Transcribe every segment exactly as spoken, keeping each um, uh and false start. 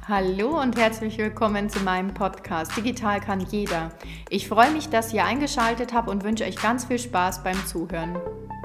Hallo und herzlich willkommen zu meinem Podcast Digital kann jeder. Ich freue mich, dass ihr eingeschaltet habt und wünsche euch ganz viel Spaß beim Zuhören.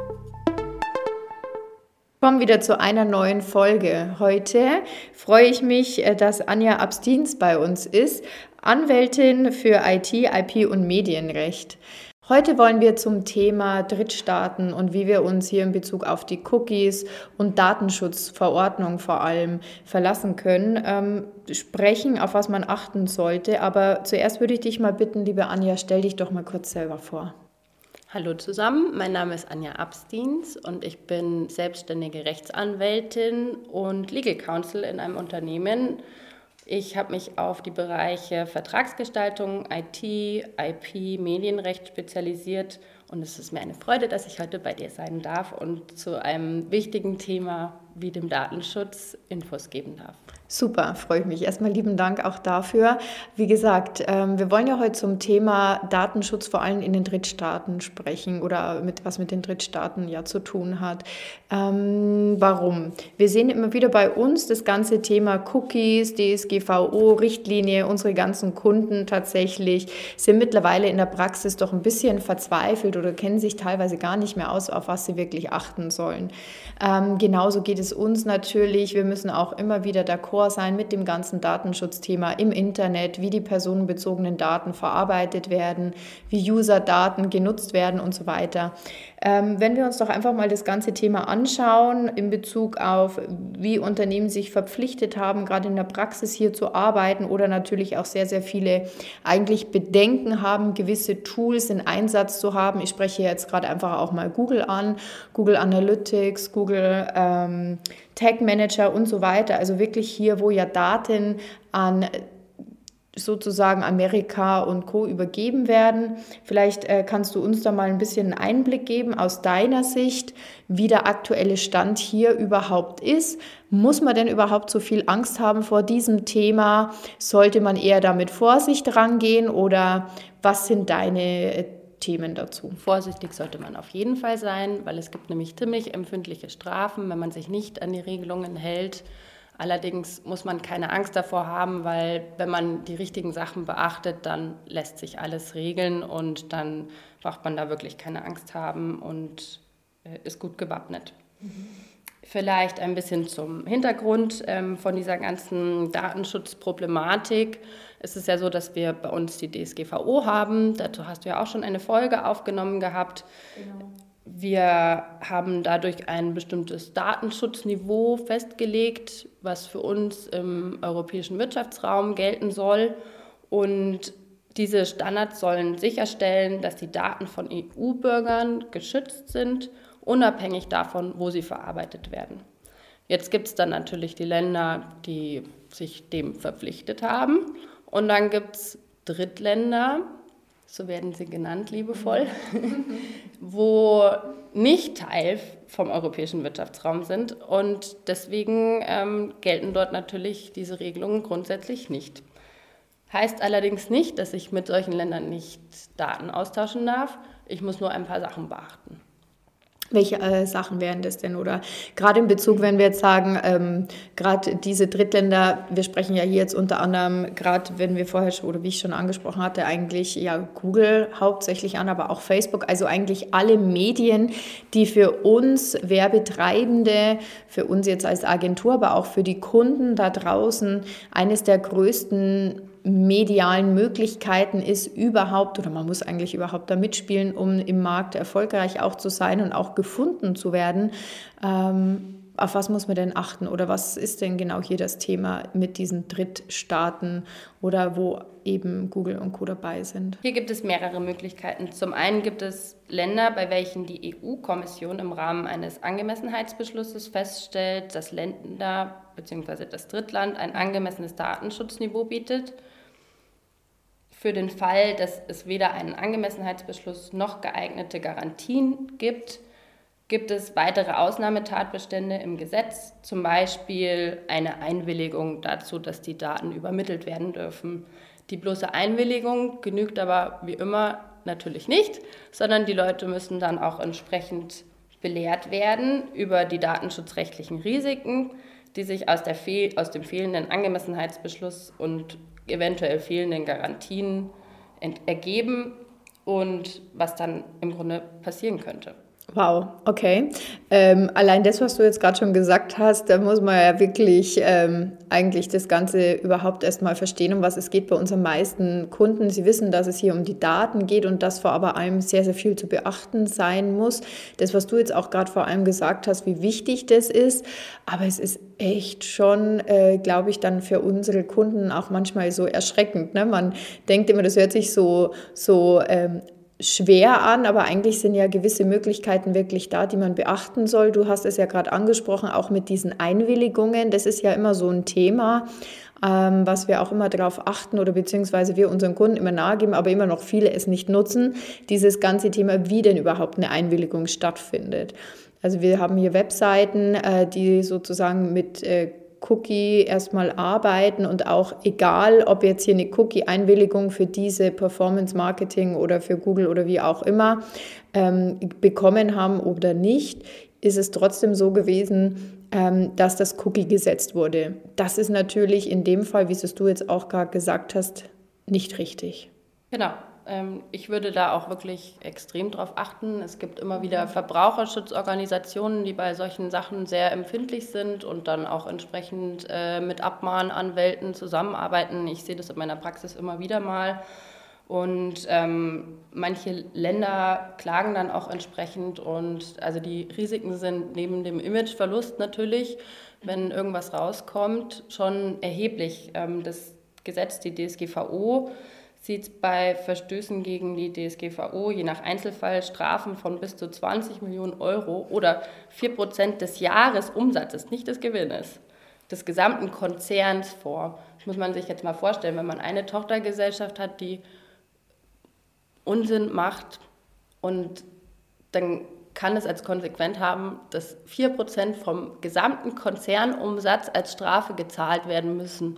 Wir kommen wieder zu einer neuen Folge. Heute freue ich mich, dass Anja Abstins bei uns ist, Anwältin für I T, I P und Medienrecht. Heute wollen wir zum Thema Drittstaaten und wie wir uns hier in Bezug auf die Cookies und Datenschutzverordnung vor allem verlassen können, ähm, sprechen, auf was man achten sollte. Aber zuerst würde ich dich mal bitten, liebe Anja, stell dich doch mal kurz selber vor. Hallo zusammen, mein Name ist Anja Abstins und ich bin selbstständige Rechtsanwältin und Legal Counsel in einem Unternehmen. Ich habe mich auf die Bereiche Vertragsgestaltung, I T, I P, Medienrecht spezialisiert und es ist mir eine Freude, dass ich heute bei dir sein darf und zu einem wichtigen Thema wie dem Datenschutz Infos geben darf. Super, freue ich mich. Erstmal lieben Dank auch dafür. Wie gesagt, ähm, wir wollen ja heute zum Thema Datenschutz vor allem in den Drittstaaten sprechen oder mit was mit den Drittstaaten ja zu tun hat. Ähm, warum? Wir sehen immer wieder bei uns das ganze Thema Cookies, D S G V O, Richtlinie, unsere ganzen Kunden tatsächlich sind mittlerweile in der Praxis doch ein bisschen verzweifelt oder kennen sich teilweise gar nicht mehr aus, auf was sie wirklich achten sollen. Ähm, genauso geht es uns natürlich. Wir müssen auch immer wieder d'accord sein mit dem ganzen Datenschutzthema im Internet, wie die personenbezogenen Daten verarbeitet werden, wie User-Daten genutzt werden und so weiter. Ähm, wenn wir uns doch einfach mal das ganze Thema anschauen in Bezug auf, wie Unternehmen sich verpflichtet haben, gerade in der Praxis hier zu arbeiten oder natürlich auch sehr, sehr viele eigentlich Bedenken haben, gewisse Tools in Einsatz zu haben. Ich spreche jetzt gerade einfach auch mal Google an, Google Analytics, Google ähm, Tag Manager und so weiter. Also wirklich hier, wo ja Daten an sozusagen Amerika und Co. übergeben werden. Vielleicht äh, kannst du uns da mal ein bisschen einen Einblick geben aus deiner Sicht, wie der aktuelle Stand hier überhaupt ist. Muss man denn überhaupt so viel Angst haben vor diesem Thema? Sollte man eher da mit Vorsicht rangehen oder was sind deine äh, Themen dazu? Vorsichtig sollte man auf jeden Fall sein, weil es gibt nämlich ziemlich empfindliche Strafen, wenn man sich nicht an die Regelungen hält. Allerdings muss man keine Angst davor haben, weil wenn man die richtigen Sachen beachtet, dann lässt sich alles regeln und dann braucht man da wirklich keine Angst haben und ist gut gewappnet. Mhm. Vielleicht ein bisschen zum Hintergrund ähm, von dieser ganzen Datenschutzproblematik. Es ist ja so, dass wir bei uns die D S G V O haben. Dazu hast du ja auch schon eine Folge aufgenommen gehabt. Genau. Wir haben dadurch ein bestimmtes Datenschutzniveau festgelegt, was für uns im europäischen Wirtschaftsraum gelten soll. Und diese Standards sollen sicherstellen, dass die Daten von E U-Bürgern geschützt sind, unabhängig davon, wo sie verarbeitet werden. Jetzt gibt es dann natürlich die Länder, die sich dem verpflichtet haben. Und dann gibt es Drittländer, so werden sie genannt, liebevoll, wo nicht Teil vom europäischen Wirtschaftsraum sind. Und deswegen ähm, gelten dort natürlich diese Regelungen grundsätzlich nicht. Heißt allerdings nicht, dass ich mit solchen Ländern nicht Daten austauschen darf. Ich muss nur ein paar Sachen beachten. Welche äh, Sachen wären das denn? Oder gerade in Bezug, wenn wir jetzt sagen, ähm, gerade diese Drittländer, wir sprechen ja hier jetzt unter anderem, gerade wenn wir vorher schon, oder wie ich schon angesprochen hatte, eigentlich ja Google hauptsächlich an, aber auch Facebook, also eigentlich alle Medien, die für uns Werbetreibende, für uns jetzt als Agentur, aber auch für die Kunden da draußen eines der größten medialen Möglichkeiten ist überhaupt, oder man muss eigentlich überhaupt da mitspielen, um im Markt erfolgreich auch zu sein und auch gefunden zu werden. Ähm, auf was muss man denn achten oder was ist denn genau hier das Thema mit diesen Drittstaaten oder wo eben Google und Co. dabei sind? Hier gibt es mehrere Möglichkeiten. Zum einen gibt es Länder, bei welchen die E U-Kommission im Rahmen eines Angemessenheitsbeschlusses feststellt, dass Länder bzw. das Drittland ein angemessenes Datenschutzniveau bietet. Für den Fall, dass es weder einen Angemessenheitsbeschluss noch geeignete Garantien gibt, gibt es weitere Ausnahmetatbestände im Gesetz, zum Beispiel eine Einwilligung dazu, dass die Daten übermittelt werden dürfen. Die bloße Einwilligung genügt aber wie immer natürlich nicht, sondern die Leute müssen dann auch entsprechend belehrt werden über die datenschutzrechtlichen Risiken, die sich aus, der Fehl, aus dem fehlenden Angemessenheitsbeschluss und eventuell fehlenden Garantien ent- ergeben und was dann im Grunde passieren könnte. Wow, okay. Ähm, allein das, was du jetzt gerade schon gesagt hast, da muss man ja wirklich ähm, eigentlich das Ganze überhaupt erstmal verstehen, um was es geht bei unseren meisten Kunden. Sie wissen, dass es hier um die Daten geht und dass vor aber allem sehr, sehr viel zu beachten sein muss. Das, was du jetzt auch gerade vor allem gesagt hast, wie wichtig das ist, aber es ist echt schon, äh, glaube ich, dann für unsere Kunden auch manchmal so erschreckend. Ne? Man denkt immer, das hört sich so, so ähm, schwer an, aber eigentlich sind ja gewisse Möglichkeiten wirklich da, die man beachten soll. Du hast es ja gerade angesprochen, auch mit diesen Einwilligungen. Das ist ja immer so ein Thema, ähm, was wir auch immer darauf achten oder beziehungsweise wir unseren Kunden immer nahegeben, aber immer noch viele es nicht nutzen. Dieses ganze Thema, wie denn überhaupt eine Einwilligung stattfindet. Also wir haben hier Webseiten, äh, die sozusagen mit äh, Cookie erstmal arbeiten und auch egal, ob jetzt hier eine Cookie-Einwilligung für diese Performance-Marketing oder für Google oder wie auch immer ähm, bekommen haben oder nicht, ist es trotzdem so gewesen, ähm, dass das Cookie gesetzt wurde. Das ist natürlich in dem Fall, wie es du jetzt auch gerade gesagt hast, nicht richtig. Genau. Ich würde da auch wirklich extrem drauf achten. Es gibt immer wieder Verbraucherschutzorganisationen, die bei solchen Sachen sehr empfindlich sind und dann auch entsprechend äh, mit Abmahnanwälten zusammenarbeiten. Ich sehe das in meiner Praxis immer wieder mal. Und ähm, manche Länder klagen dann auch entsprechend. Und also die Risiken sind neben dem Imageverlust natürlich, wenn irgendwas rauskommt, schon erheblich. Ähm, das Gesetz, die D S G V O, sieht bei Verstößen gegen die D S G V O je nach Einzelfall Strafen von bis zu zwanzig Millionen Euro oder vier Prozent des Jahresumsatzes, nicht des Gewinnes, des gesamten Konzerns vor. Das muss man sich jetzt mal vorstellen, wenn man eine Tochtergesellschaft hat, die Unsinn macht und dann kann es als Konsequenz haben, dass vier Prozent vom gesamten Konzernumsatz als Strafe gezahlt werden müssen.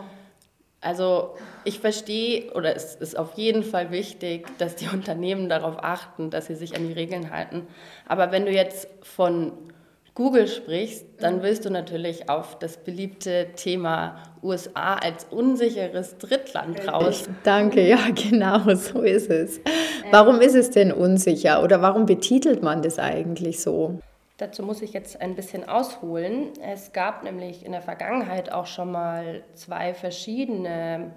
Also ich verstehe, oder es ist auf jeden Fall wichtig, dass die Unternehmen darauf achten, dass sie sich an die Regeln halten. Aber wenn du jetzt von Google sprichst, dann willst du natürlich auf das beliebte Thema U S A als unsicheres Drittland raus. Danke, ja genau, so ist es. Warum ist es denn unsicher oder warum betitelt man das eigentlich so? Dazu muss ich jetzt ein bisschen ausholen. Es gab nämlich in der Vergangenheit auch schon mal zwei verschiedene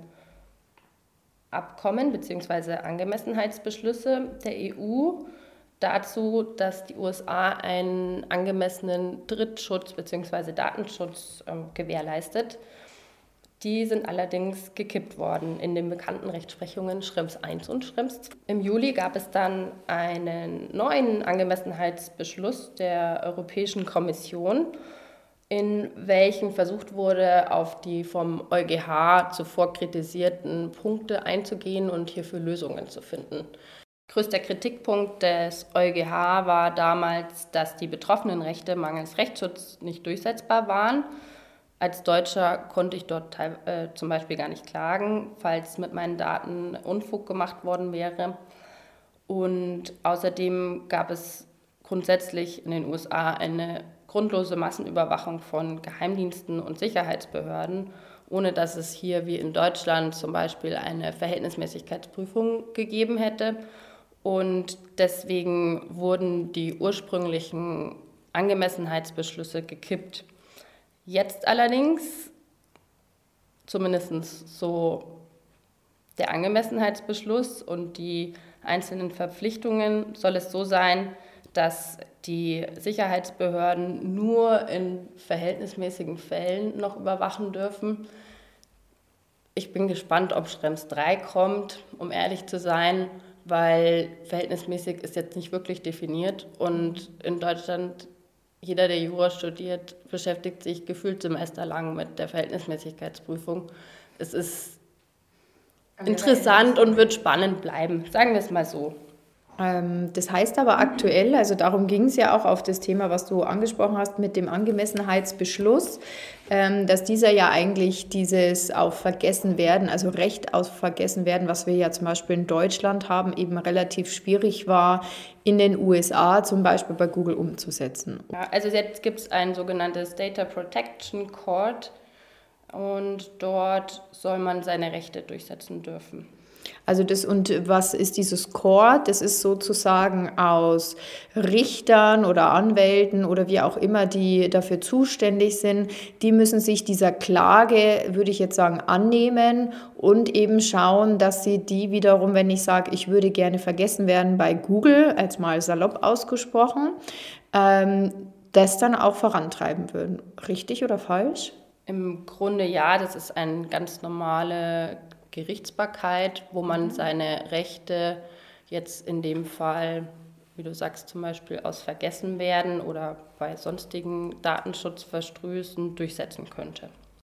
Abkommen bzw. Angemessenheitsbeschlüsse der E U dazu, dass die U S A einen angemessenen Drittschutz bzw. Datenschutz äh, gewährleistet. Die sind allerdings gekippt worden in den bekannten Rechtsprechungen Schrems eins und Schrems zwei. Im Juli gab es dann einen neuen Angemessenheitsbeschluss der Europäischen Kommission, in welchem versucht wurde, auf die vom EuGH zuvor kritisierten Punkte einzugehen und hierfür Lösungen zu finden. Größter Kritikpunkt des EuGH war damals, dass die betroffenen Rechte mangels Rechtsschutz nicht durchsetzbar waren. Als Deutscher konnte ich dort äh, zum Beispiel gar nicht klagen, falls mit meinen Daten Unfug gemacht worden wäre. Und außerdem gab es grundsätzlich in den U S A eine grundlose Massenüberwachung von Geheimdiensten und Sicherheitsbehörden, ohne dass es hier wie in Deutschland zum Beispiel eine Verhältnismäßigkeitsprüfung gegeben hätte. Und deswegen wurden die ursprünglichen Angemessenheitsbeschlüsse gekippt. Jetzt allerdings, zumindest so der Angemessenheitsbeschluss und die einzelnen Verpflichtungen, soll es so sein, dass die Sicherheitsbehörden nur in verhältnismäßigen Fällen noch überwachen dürfen. Ich bin gespannt, ob Schrems drei kommt, um ehrlich zu sein, weil verhältnismäßig ist jetzt nicht wirklich definiert und in Deutschland jeder, der Jura studiert, beschäftigt sich gefühlt semesterlang mit der Verhältnismäßigkeitsprüfung. Es ist interessant und wird spannend bleiben, sagen wir es mal so. Ähm, das heißt aber aktuell, also darum ging es ja auch auf das Thema, was du angesprochen hast mit dem Angemessenheitsbeschluss, ähm, dass dieser ja eigentlich dieses auf Vergessen werden, also Recht auf Vergessen werden, was wir ja zum Beispiel in Deutschland haben, eben relativ schwierig war, in den U S A zum Beispiel bei Google umzusetzen. Ja, also jetzt gibt es ein sogenanntes Data Protection Court und dort soll man seine Rechte durchsetzen dürfen. Also das, und was ist dieses Court? Das ist sozusagen aus Richtern oder Anwälten oder wie auch immer, die dafür zuständig sind. Die müssen sich dieser Klage, würde ich jetzt sagen, annehmen und eben schauen, dass sie die wiederum, wenn ich sage, ich würde gerne vergessen werden bei Google, als mal salopp ausgesprochen, ähm, das dann auch vorantreiben würden. Richtig oder falsch? Im Grunde ja, das ist eine ganz normale Gerichtsbarkeit, wo man seine Rechte jetzt in dem Fall, wie du sagst, zum Beispiel aus Vergessen werden oder bei sonstigen Datenschutzverstößen durchsetzen könnte.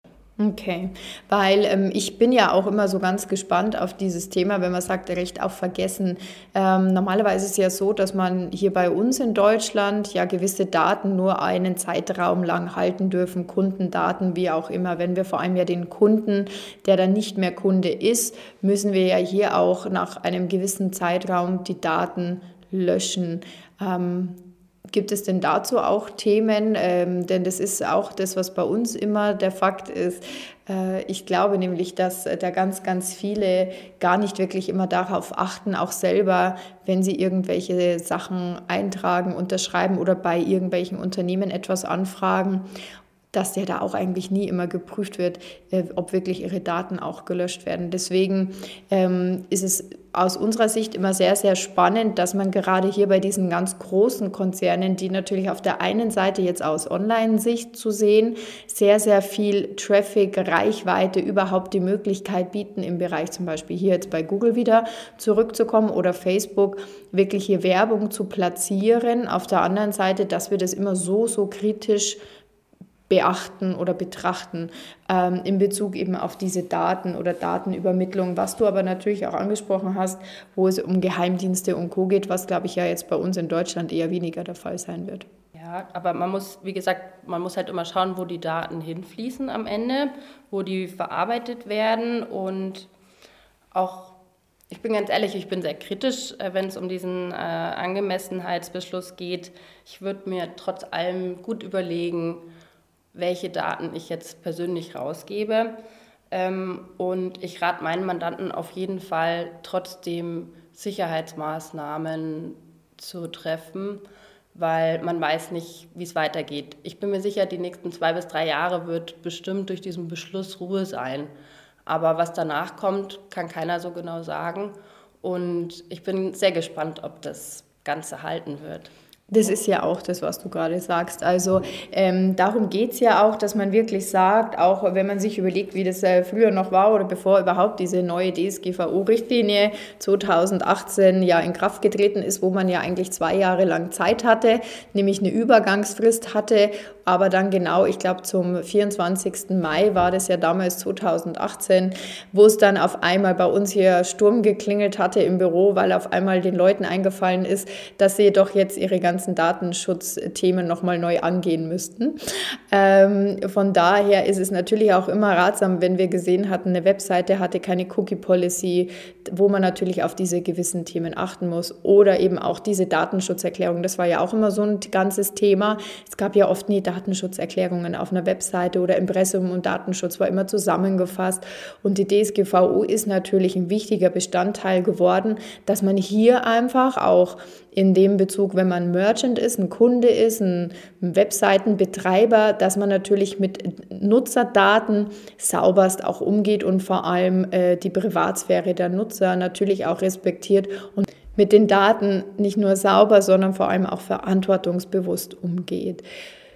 Okay, weil ähm, ich bin ja auch immer so ganz gespannt auf dieses Thema, wenn man sagt, Recht auf Vergessen. Ähm, normalerweise ist es ja so, dass man hier bei uns in Deutschland ja gewisse Daten nur einen Zeitraum lang halten dürfen, Kundendaten, wie auch immer. Wenn wir vor allem ja den Kunden, der dann nicht mehr Kunde ist, müssen wir ja hier auch nach einem gewissen Zeitraum die Daten löschen. Ähm, Gibt es denn dazu auch Themen? Ähm, denn das ist auch das, was bei uns immer der Fakt ist. Äh, ich glaube nämlich, dass da ganz, ganz viele gar nicht wirklich immer darauf achten, auch selber, wenn sie irgendwelche Sachen eintragen, unterschreiben oder bei irgendwelchen Unternehmen etwas anfragen, dass der da auch eigentlich nie immer geprüft wird, äh, ob wirklich ihre Daten auch gelöscht werden. Deswegen ähm, ist es aus unserer Sicht immer sehr, sehr spannend, dass man gerade hier bei diesen ganz großen Konzernen, die natürlich auf der einen Seite jetzt aus Online-Sicht zu sehen, sehr, sehr viel Traffic, Reichweite, überhaupt die Möglichkeit bieten, im Bereich zum Beispiel hier jetzt bei Google wieder zurückzukommen oder Facebook, wirklich hier Werbung zu platzieren. Auf der anderen Seite, dass wir das immer so, so kritisch beachten oder betrachten ähm, in Bezug eben auf diese Daten oder Datenübermittlung, was du aber natürlich auch angesprochen hast, wo es um Geheimdienste und Co. geht, was, glaube ich, ja jetzt bei uns in Deutschland eher weniger der Fall sein wird. Ja, aber man muss, wie gesagt, man muss halt immer schauen, wo die Daten hinfließen am Ende, wo die verarbeitet werden und auch, ich bin ganz ehrlich, ich bin sehr kritisch, wenn es um diesen äh, Angemessenheitsbeschluss geht. Ich würde mir trotz allem gut überlegen, welche Daten ich jetzt persönlich rausgebe. Ähm, und ich rate meinen Mandanten auf jeden Fall trotzdem Sicherheitsmaßnahmen zu treffen, weil man weiß nicht, wie es weitergeht. Ich bin mir sicher, die nächsten zwei bis drei Jahre wird bestimmt durch diesen Beschluss Ruhe sein. Aber was danach kommt, kann keiner so genau sagen. Und ich bin sehr gespannt, ob das Ganze halten wird. Das ist ja auch das, was du gerade sagst. Also ähm, darum geht es ja auch, dass man wirklich sagt, auch wenn man sich überlegt, wie das äh, früher noch war oder bevor überhaupt diese neue D S G V O-Richtlinie zweitausendachtzehn ja in Kraft getreten ist, wo man ja eigentlich zwei Jahre lang Zeit hatte, nämlich eine Übergangsfrist hatte, aber dann genau, ich glaube zum vierundzwanzigsten Mai war das ja damals zweitausendachtzehn, wo es dann auf einmal bei uns hier Sturm geklingelt hatte im Büro, weil auf einmal den Leuten eingefallen ist, dass sie doch jetzt ihre ganzen Datenschutzthemen nochmal neu angehen müssten. Ähm, von daher ist es natürlich auch immer ratsam, wenn wir gesehen hatten, eine Webseite hatte keine Cookie-Policy, wo man natürlich auf diese gewissen Themen achten muss oder eben auch diese Datenschutzerklärung. Das war ja auch immer so ein ganzes Thema. Es gab ja oft nie Datenschutzerklärungen auf einer Webseite oder Impressum und Datenschutz war immer zusammengefasst. Und die D S G V O ist natürlich ein wichtiger Bestandteil geworden, dass man hier einfach auch in dem Bezug, wenn man Merchant ist, ein Kunde ist, ein Webseitenbetreiber, dass man natürlich mit Nutzerdaten sauberst auch umgeht und vor allem äh, die Privatsphäre der Nutzer natürlich auch respektiert und mit den Daten nicht nur sauber, sondern vor allem auch verantwortungsbewusst umgeht.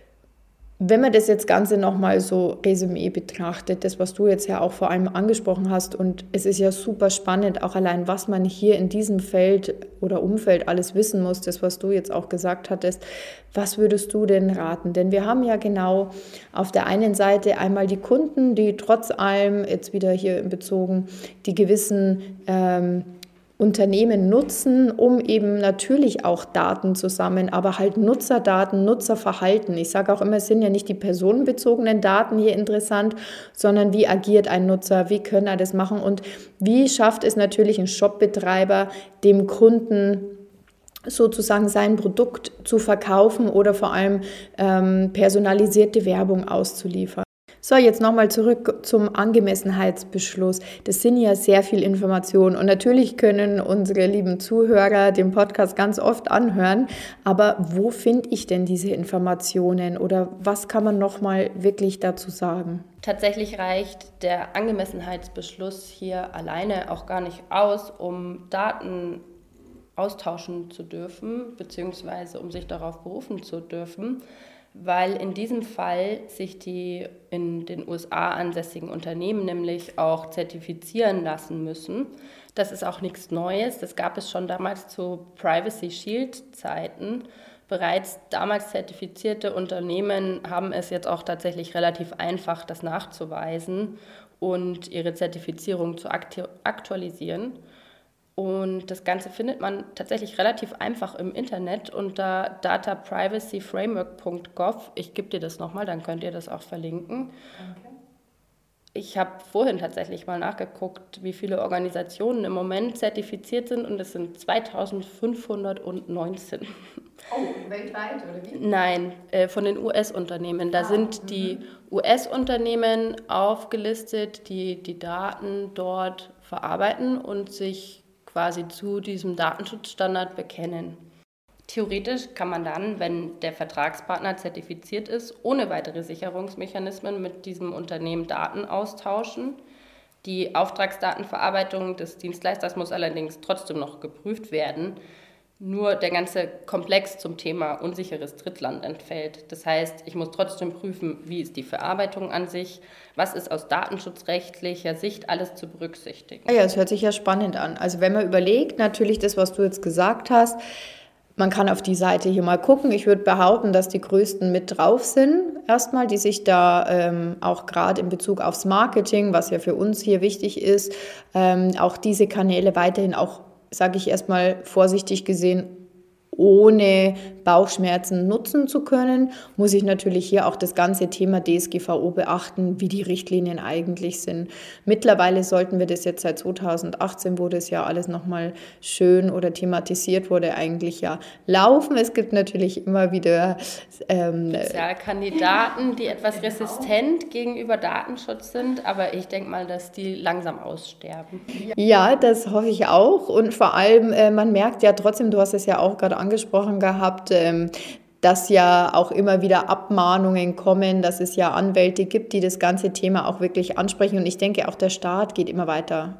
Wenn man das jetzt Ganze nochmal so Resümee betrachtet, das, was du jetzt ja auch vor allem angesprochen hast, und es ist ja super spannend, auch allein, was man hier in diesem Feld oder Umfeld alles wissen muss, das, was du jetzt auch gesagt hattest, was würdest du denn raten? Denn wir haben ja genau auf der einen Seite einmal die Kunden, die trotz allem, jetzt wieder hier bezogen, die gewissen ähm, Unternehmen nutzen, um eben natürlich auch Daten zu sammeln, aber halt Nutzerdaten, Nutzerverhalten. Ich sage auch immer, es sind ja nicht die personenbezogenen Daten hier interessant, sondern wie agiert ein Nutzer, wie können er das machen und wie schafft es natürlich ein Shopbetreiber, dem Kunden sozusagen sein Produkt zu verkaufen oder vor allem ähm, personalisierte Werbung auszuliefern. So, jetzt nochmal zurück zum Angemessenheitsbeschluss. Das sind ja sehr viel Informationen und natürlich können unsere lieben Zuhörer den Podcast ganz oft anhören, aber wo finde ich denn diese Informationen oder was kann man nochmal wirklich dazu sagen? Tatsächlich reicht der Angemessenheitsbeschluss hier alleine auch gar nicht aus, um Daten austauschen zu dürfen, beziehungsweise um sich darauf berufen zu dürfen, weil in diesem Fall sich die in den U S A ansässigen Unternehmen nämlich auch zertifizieren lassen müssen. Das ist auch nichts Neues, das gab es schon damals zu Privacy Shield Zeiten. Bereits damals zertifizierte Unternehmen haben es jetzt auch tatsächlich relativ einfach, das nachzuweisen und ihre Zertifizierung zu aktualisieren. Und das Ganze findet man tatsächlich relativ einfach im Internet unter data privacy framework punkt gov. Ich gebe dir das nochmal, dann könnt ihr das auch verlinken. Okay. Ich habe vorhin tatsächlich mal nachgeguckt, wie viele Organisationen im Moment zertifiziert sind und es sind zweitausendfünfhundertneunzehn. Oh, weltweit oder wie? Nein, äh, von den U S-Unternehmen. Da ah, sind m- die U S-Unternehmen aufgelistet, die die Daten dort verarbeiten und sich quasi zu diesem Datenschutzstandard bekennen. Theoretisch kann man dann, wenn der Vertragspartner zertifiziert ist, ohne weitere Sicherungsmechanismen mit diesem Unternehmen Daten austauschen. Die Auftragsdatenverarbeitung des Dienstleisters muss allerdings trotzdem noch geprüft werden. Nur der ganze Komplex zum Thema unsicheres Drittland entfällt. Das heißt, ich muss trotzdem prüfen, wie ist die Verarbeitung an sich, was ist aus datenschutzrechtlicher Sicht alles zu berücksichtigen. Ja, es hört sich ja spannend an. Also wenn man überlegt, natürlich das, was du jetzt gesagt hast, man kann auf die Seite hier mal gucken. Ich würde behaupten, dass die Größten mit drauf sind, erstmal, die sich da ähm, auch gerade in Bezug aufs Marketing, was ja für uns hier wichtig ist, ähm, auch diese Kanäle weiterhin auch, sage ich erstmal vorsichtig gesehen, ohne Bauchschmerzen nutzen zu können, muss ich natürlich hier auch das ganze Thema D S G V O beachten, wie die Richtlinien eigentlich sind. Mittlerweile sollten wir das jetzt seit zweitausendachtzehn, wo das ja alles nochmal schön oder thematisiert wurde, eigentlich ja laufen. Es gibt natürlich immer wieder ähm, Spezialkandidaten, die etwas genau. resistent gegenüber Datenschutz sind, aber ich denke mal, dass die langsam aussterben. Ja, das hoffe ich auch und vor allem, äh, man merkt ja trotzdem, du hast es ja auch gerade angesprochen gehabt, ähm, dass ja auch immer wieder Abmahnungen kommen, dass es ja Anwälte gibt, die das ganze Thema auch wirklich ansprechen. Und ich denke, auch der Staat geht immer weiter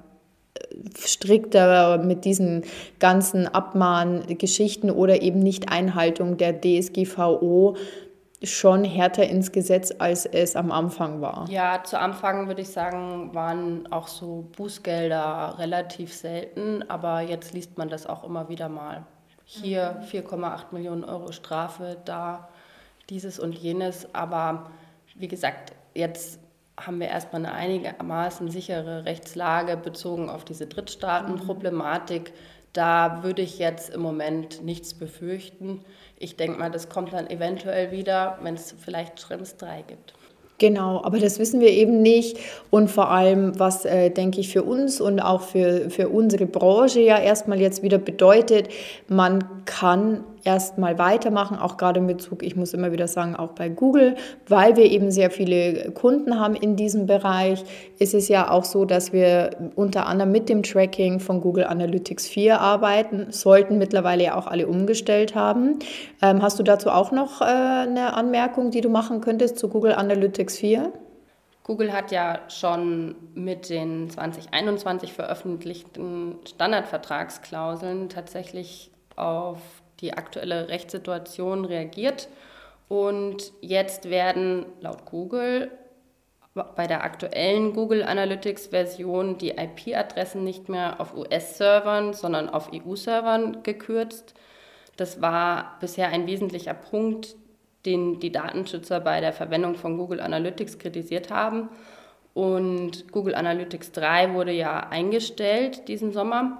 strikter mit diesen ganzen Abmahngeschichten oder eben Nicht-Einhaltung der D S G V O schon härter ins Gesetz, als es am Anfang war. Ja, zu Anfang würde ich sagen, waren auch so Bußgelder relativ selten, aber jetzt liest man das auch immer wieder mal. Hier vier Komma acht Millionen Euro Strafe, da dieses und jenes. Aber wie gesagt, jetzt haben wir erstmal eine einigermaßen sichere Rechtslage bezogen auf diese Drittstaatenproblematik. Da würde ich jetzt im Moment nichts befürchten. Ich denke mal, das kommt dann eventuell wieder, wenn es vielleicht Schrems drei gibt. Genau, aber das wissen wir eben nicht und vor allem, was, äh, denke ich, für uns und auch für, für unsere Branche ja erstmal jetzt wieder bedeutet, man kann erstmal weitermachen, auch gerade in Bezug, ich muss immer wieder sagen, auch bei Google, weil wir eben sehr viele Kunden haben in diesem Bereich, ist es ja auch so, dass wir unter anderem mit dem Tracking von Google Analytics vier arbeiten, sollten mittlerweile ja auch alle umgestellt haben. Ähm, hast du dazu auch noch äh, eine Anmerkung, die du machen könntest zu Google Analytics vier? Google hat ja schon mit den zwanzig einundzwanzig veröffentlichten Standardvertragsklauseln tatsächlich auf die aktuelle Rechtssituation reagiert und jetzt werden laut Google bei der aktuellen Google Analytics Version die I P-Adressen nicht mehr auf U S-Servern, sondern auf E U-Servern gekürzt. Das war bisher ein wesentlicher Punkt, den die Datenschützer bei der Verwendung von Google Analytics kritisiert haben. Und Google Analytics drei wurde ja eingestellt diesen Sommer.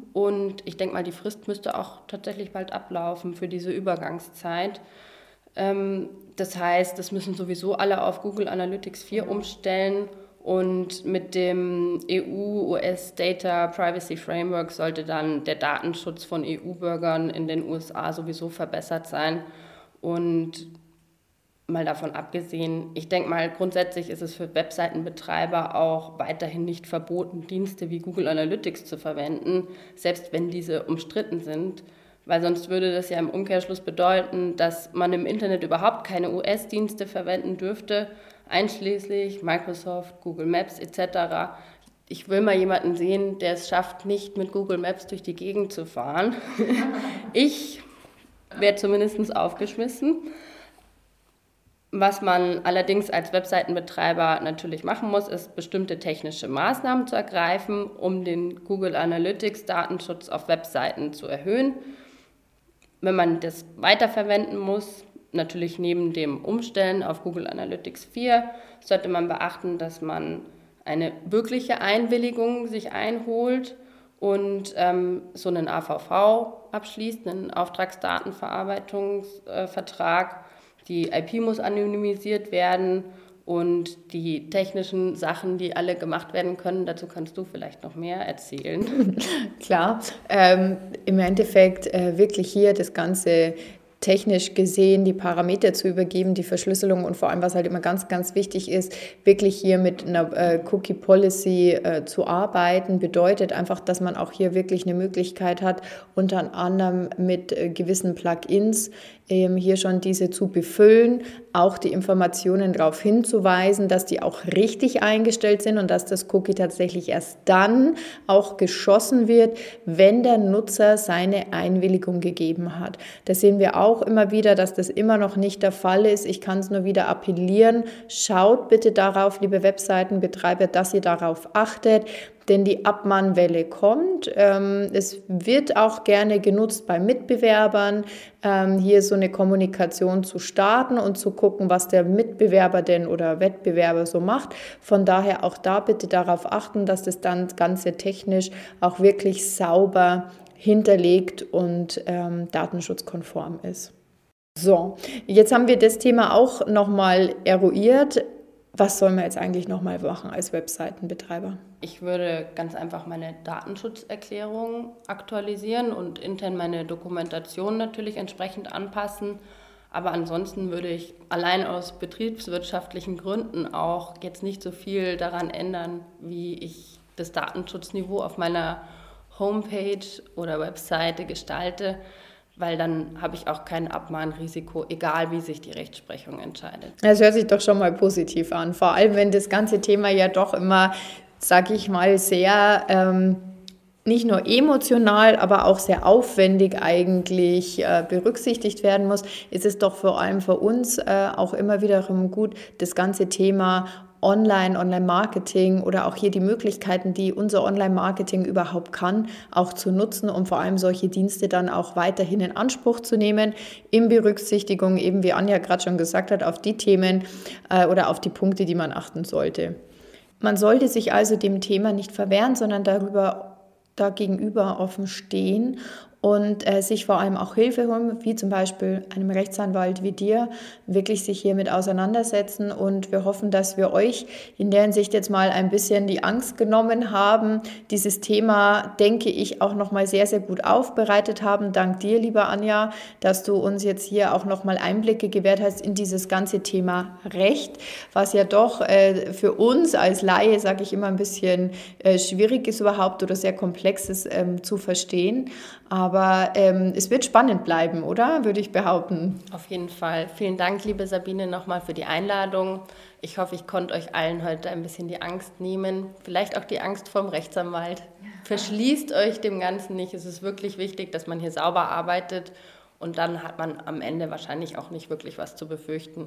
Und ich denke mal, die Frist müsste auch tatsächlich bald ablaufen für diese Übergangszeit. Ähm, das heißt, das müssen sowieso alle auf Google Analytics vier ja. umstellen. Und mit dem E U-U S Data Privacy Framework sollte dann der Datenschutz von E U-Bürgern in den U S A sowieso verbessert sein. Und mal davon abgesehen, ich denke mal, grundsätzlich ist es für Webseitenbetreiber auch weiterhin nicht verboten, Dienste wie Google Analytics zu verwenden, selbst wenn diese umstritten sind. Weil sonst würde das ja im Umkehrschluss bedeuten, dass man im Internet überhaupt keine U S-Dienste verwenden dürfte, einschließlich Microsoft, Google Maps et cetera. Ich will mal jemanden sehen, der es schafft, nicht mit Google Maps durch die Gegend zu fahren. Ich werde zumindest aufgeschmissen. Was man allerdings als Webseitenbetreiber natürlich machen muss, ist bestimmte technische Maßnahmen zu ergreifen, um den Google Analytics Datenschutz auf Webseiten zu erhöhen. Wenn man das weiterverwenden muss, natürlich neben dem Umstellen auf Google Analytics vier, sollte man beachten, dass man eine wirkliche Einwilligung sich einholt und ähm, so einen A V V abschließt, einen Auftragsdatenverarbeitungsvertrag. Äh, die I P muss anonymisiert werden und die technischen Sachen, die alle gemacht werden können, dazu kannst du vielleicht noch mehr erzählen. Klar, ähm, im Endeffekt äh, wirklich hier das ganze technisch gesehen die Parameter zu übergeben, die Verschlüsselung und vor allem, was halt immer ganz, ganz wichtig ist, wirklich hier mit einer äh, Cookie Policy äh, zu arbeiten, bedeutet einfach, dass man auch hier wirklich eine Möglichkeit hat, unter anderem mit äh, gewissen Plugins ähm, hier schon diese zu befüllen, auch die Informationen darauf hinzuweisen, dass die auch richtig eingestellt sind und dass das Cookie tatsächlich erst dann auch geschossen wird, wenn der Nutzer seine Einwilligung gegeben hat. Das sehen wir auch immer wieder, dass das immer noch nicht der Fall ist. Ich kann es nur wieder appellieren. Schaut bitte darauf, liebe Webseitenbetreiber, dass ihr darauf achtet, denn die Abmahnwelle kommt. Es wird auch gerne genutzt bei Mitbewerbern, hier so eine Kommunikation zu starten und zu gucken, was der Mitbewerber denn oder Wettbewerber so macht. Von daher auch da bitte darauf achten, dass das dann Ganze technisch auch wirklich sauber hinterlegt und ähm, datenschutzkonform ist. So, jetzt haben wir das Thema auch nochmal eruiert. Was soll man jetzt eigentlich nochmal machen als Webseitenbetreiber? Ich würde ganz einfach meine Datenschutzerklärung aktualisieren und intern meine Dokumentation natürlich entsprechend anpassen. Aber ansonsten würde ich allein aus betriebswirtschaftlichen Gründen auch jetzt nicht so viel daran ändern, wie ich das Datenschutzniveau auf meiner Homepage oder Webseite gestalte, weil dann habe ich auch kein Abmahnrisiko, egal wie sich die Rechtsprechung entscheidet. Das hört sich doch schon mal positiv an, vor allem wenn das ganze Thema ja doch immer, sag ich mal, sehr ähm, nicht nur emotional, aber auch sehr aufwendig eigentlich äh, berücksichtigt werden muss, ist es doch vor allem für uns äh, auch immer wiederum gut, das ganze Thema Online, Online-Marketing oder auch hier die Möglichkeiten, die unser Online-Marketing überhaupt kann, auch zu nutzen, um vor allem solche Dienste dann auch weiterhin in Anspruch zu nehmen, in Berücksichtigung, eben wie Anja gerade schon gesagt hat, auf die Themen äh, oder auf die Punkte, die man achten sollte. Man sollte sich also dem Thema nicht verwehren, sondern darüber, dagegenüber offen stehen und äh, sich vor allem auch Hilfe holen, wie zum Beispiel einem Rechtsanwalt wie dir, wirklich sich hiermit auseinandersetzen. Und wir hoffen, dass wir euch in der Hinsicht jetzt mal ein bisschen die Angst genommen haben, dieses Thema, denke ich, auch nochmal sehr, sehr gut aufbereitet haben. Dank dir, liebe Anja, dass du uns jetzt hier auch nochmal Einblicke gewährt hast in dieses ganze Thema Recht, was ja doch äh, für uns als Laie, sage ich immer, ein bisschen äh, schwierig ist überhaupt oder sehr komplex ist ähm, zu verstehen. Aber ähm, es wird spannend bleiben, oder? Würde ich behaupten. Auf jeden Fall. Vielen Dank, liebe Sabine, nochmal für die Einladung. Ich hoffe, ich konnte euch allen heute ein bisschen die Angst nehmen. Vielleicht auch die Angst vorm Rechtsanwalt. Verschließt euch dem Ganzen nicht. Es ist wirklich wichtig, dass man hier sauber arbeitet. Und dann hat man am Ende wahrscheinlich auch nicht wirklich was zu befürchten.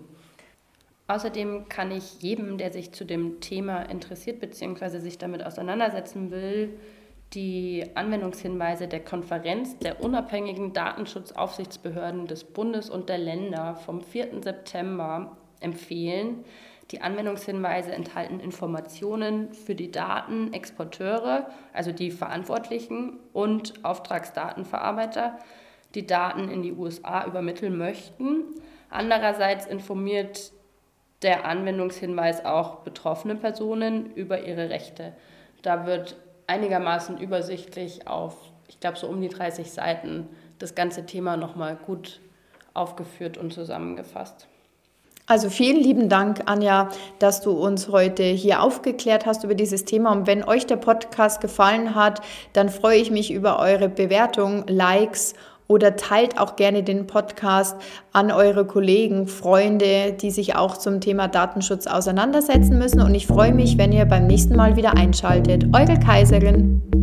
Außerdem kann ich jedem, der sich zu dem Thema interessiert bzw. sich damit auseinandersetzen will, die Anwendungshinweise der Konferenz der unabhängigen Datenschutzaufsichtsbehörden des Bundes und der Länder vom vierten September empfehlen. Die Anwendungshinweise enthalten Informationen für die Datenexporteure, also die Verantwortlichen und Auftragsdatenverarbeiter, die Daten in die U S A übermitteln möchten. Andererseits informiert der Anwendungshinweis auch betroffene Personen über ihre Rechte. Da wird einigermaßen übersichtlich auf, ich glaube, so um die dreißig Seiten das ganze Thema nochmal gut aufgeführt und zusammengefasst. Also vielen lieben Dank, Anja, dass du uns heute hier aufgeklärt hast über dieses Thema. Und wenn euch der Podcast gefallen hat, dann freue ich mich über eure Bewertung, Likes oder teilt auch gerne den Podcast an eure Kollegen, Freunde, die sich auch zum Thema Datenschutz auseinandersetzen müssen. Und ich freue mich, wenn ihr beim nächsten Mal wieder einschaltet. Eure Kaiserin.